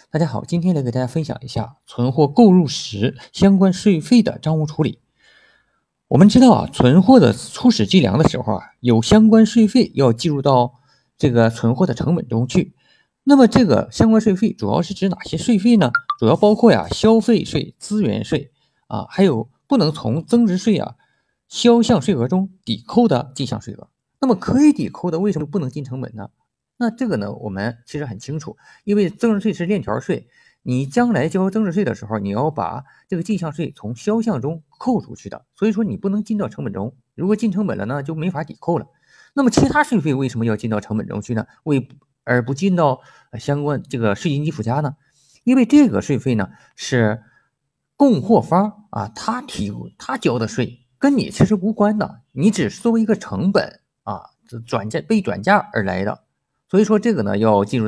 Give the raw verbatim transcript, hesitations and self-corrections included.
大家好，今天来给大家分享一下存货购入时相关税费的账务处理。我们知道啊，存货的初始计量的时候啊，有相关税费要计入到这个存货的成本中去。那么这个相关税费主要是指哪些税费呢？主要包括呀消费税、资源税啊，还有不能从增值税啊销项税额中抵扣的进项税额。那么可以抵扣的为什么不能进成本呢？那这个呢，我们其实很清楚，因为增值税是链条税，你将来交增值税的时候，你要把这个进项税从销项中扣出去的，所以说你不能进到成本中。如果进成本了呢，就没法抵扣了。那么其他税费为什么要进到成本中去呢？为而不进到相关这个税金及附加呢？因为这个税费呢是供货方啊，他提他交的税跟你其实无关的，你只是作为一个成本啊转嫁被转嫁而来的。所以说这个呢要进入